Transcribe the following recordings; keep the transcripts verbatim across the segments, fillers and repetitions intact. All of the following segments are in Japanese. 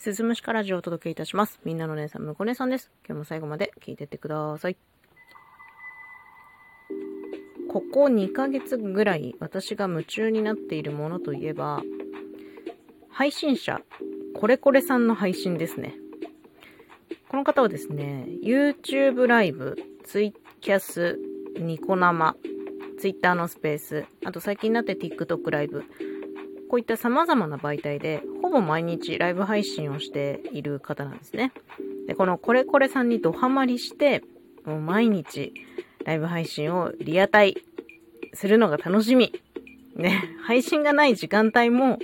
すずむしかラジオをお届けいたします。みんなの姉さん、むこ姉さんです。今日も最後まで聞いてってください。ここにかげつぐらい私が夢中になっているものといえば、配信者、これこれさんの配信ですね。この方はですね、YouTube ライブ、ツイキャス、ニコ生、Twitter のスペース、あと最近になって TikTok ライブ、こういった様々な媒体でほぼ毎日ライブ配信をしている方なんですね。で、このこれこれさんにドハマりして、もう毎日ライブ配信をリアタイするのが楽しみ。ね、配信がない時間帯も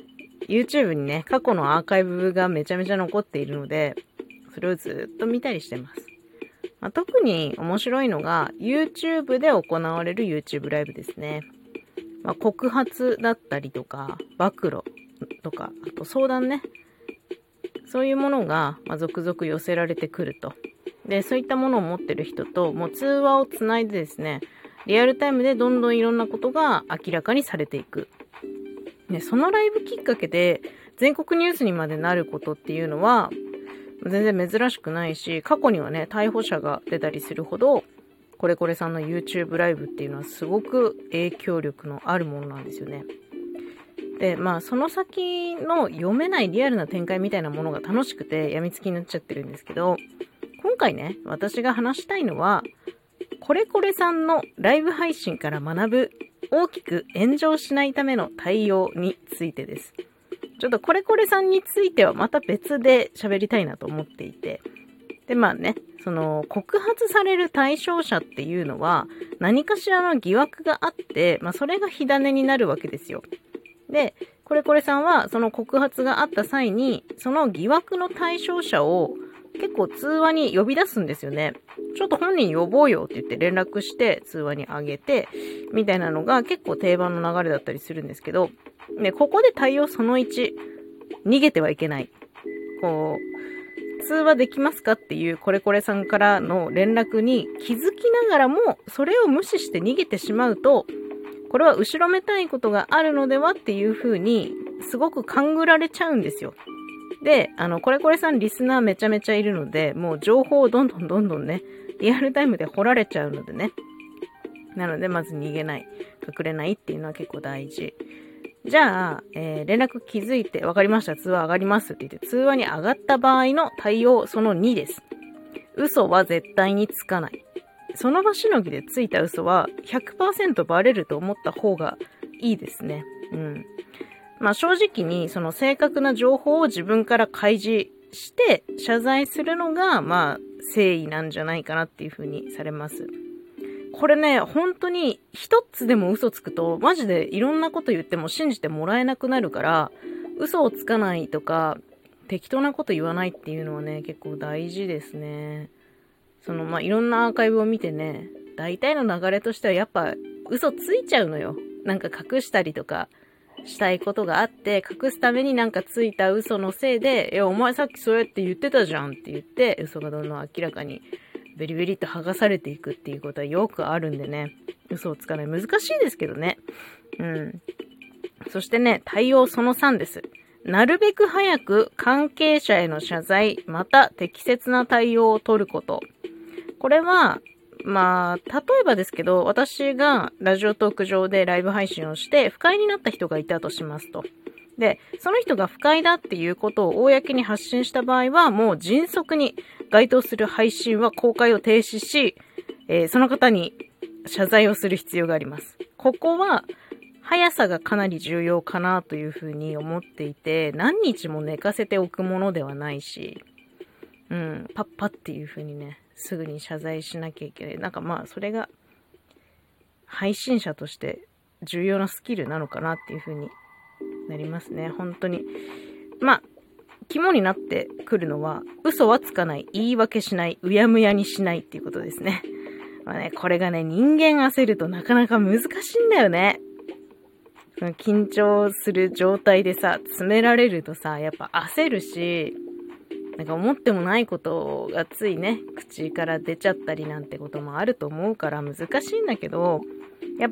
YouTube にね、過去のアーカイブがめちゃめちゃ残っているので、それをずっと見たりしてます。まあ、特に面白いのが YouTube で行われる YouTube ライブですね。まあ、告発だったりとか、暴露とか、あと相談ね。そういうものが、まあ、続々寄せられてくると。で、そういったものを持ってる人と、もう通話をつないでですね、リアルタイムでどんどんいろんなことが明らかにされていく。ね、そのライブきっかけで、全国ニュースにまでなることっていうのは、全然珍しくないし、過去にはね、逮捕者が出たりするほど、これこれさんの YouTube ライブっていうのはすごく影響力のあるものなんですよね。で、まあその先の読めないリアルな展開みたいなものが楽しくて病みつきになっちゃってるんですけど、今回ね、私が話したいのは、これこれさんのライブ配信から学ぶ大きく炎上しないための対応についてです。ちょっとこれこれさんについてはまた別で喋りたいなと思っていて、で、まあね、その告発される対象者っていうのは何かしらの疑惑があって、まあそれが火種になるわけですよ。で、これこれさんはその告発があった際に、その疑惑の対象者を結構通話に呼び出すんですよね。ちょっと本人呼ぼうよって言って連絡して通話にあげて、みたいなのが結構定番の流れだったりするんですけど、ね、ここで対応そのいち、逃げてはいけない。こう、通話できますかっていうこれこれさんからの連絡に気づきながらも、それを無視して逃げてしまうと、これは後ろめたいことがあるのではっていう風に、すごく勘ぐられちゃうんですよ。で、あの、これこれさんリスナーめちゃめちゃいるので、もう情報をどんどんどんどんね、リアルタイムで掘られちゃうのでね。なので、まず逃げない、隠れないっていうのは結構大事。じゃあ、えー、連絡気づいて、わかりました、通話上がりますって言って、通話に上がった場合の対応そのにです。嘘は絶対につかない。その場しのぎでついた嘘は ひゃくパーセント バレると思った方がいいですね。うん。まあ正直にその正確な情報を自分から開示して謝罪するのがまあ誠意なんじゃないかなっていう風にされます。これね、本当に一つでも嘘つくとマジでいろんなこと言っても信じてもらえなくなるから、嘘をつかないとか適当なこと言わないっていうのはね、結構大事ですね。そのまあいろんなアーカイブを見てね、大体の流れとしてはやっぱ嘘ついちゃうのよ。なんか隠したりとかしたいことがあって、隠すためになんかついた嘘のせいで、いやお前さっきそうやって言ってたじゃんって言って、嘘がどんどん明らかにベリベリと剥がされていくっていうことはよくあるんでね、嘘をつかない。難しいですけどね。うん。そしてね、対応そのさんです。なるべく早く関係者への謝罪、また適切な対応を取ること。これは、まあ、例えばですけど、私がラジオトーク上でライブ配信をして不快になった人がいたとしますと。で、その人が不快だっていうことを公に発信した場合は、もう迅速に該当する配信は公開を停止し、えー、その方に謝罪をする必要があります。ここは、速さがかなり重要かなというふうに思っていて、何日も寝かせておくものではないし、うん、パッパっていうふうにね、すぐに謝罪しなきゃいけない。なんかまあ、それが配信者として重要なスキルなのかなっていうふうになりますね。本当に。まあ、肝になってくるのは、嘘はつかない、言い訳しない、うやむやにしないっていうことですね。まあね、これがね、人間焦るとなかなか難しいんだよね。緊張する状態でさ、詰められるとさ、やっぱ焦るし、なんか思ってもないことがついね、口から出ちゃったりなんてこともあると思うから難しいんだけど、やっぱ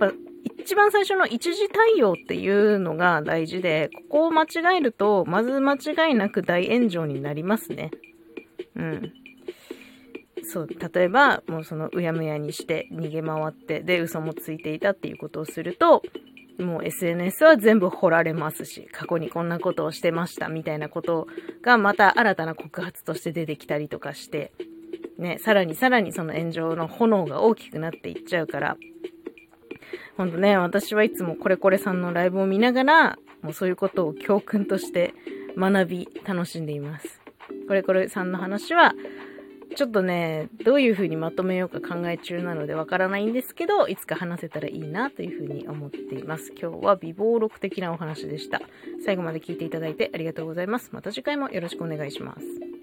一番最初の一時対応っていうのが大事で、ここを間違えると、まず間違いなく大炎上になりますね。うん。そう、例えば、もうそのうやむやにして逃げ回って、で、嘘もついていたっていうことをすると、もう エスエヌエス は全部掘られますし、過去にこんなことをしてましたみたいなことがまた新たな告発として出てきたりとかして、ね、さらにさらにその炎上の炎が大きくなっていっちゃうから、ほんとね、私はいつもこれこれさんのライブを見ながら、もうそういうことを教訓として学び、楽しんでいます。これこれさんの話は、ちょっとね、どういう風にまとめようか考え中なのでわからないんですけど、いつか話せたらいいなという風に思っています。今日は美貌録的なお話でした。最後まで聞いていただいてありがとうございます。また次回もよろしくお願いします。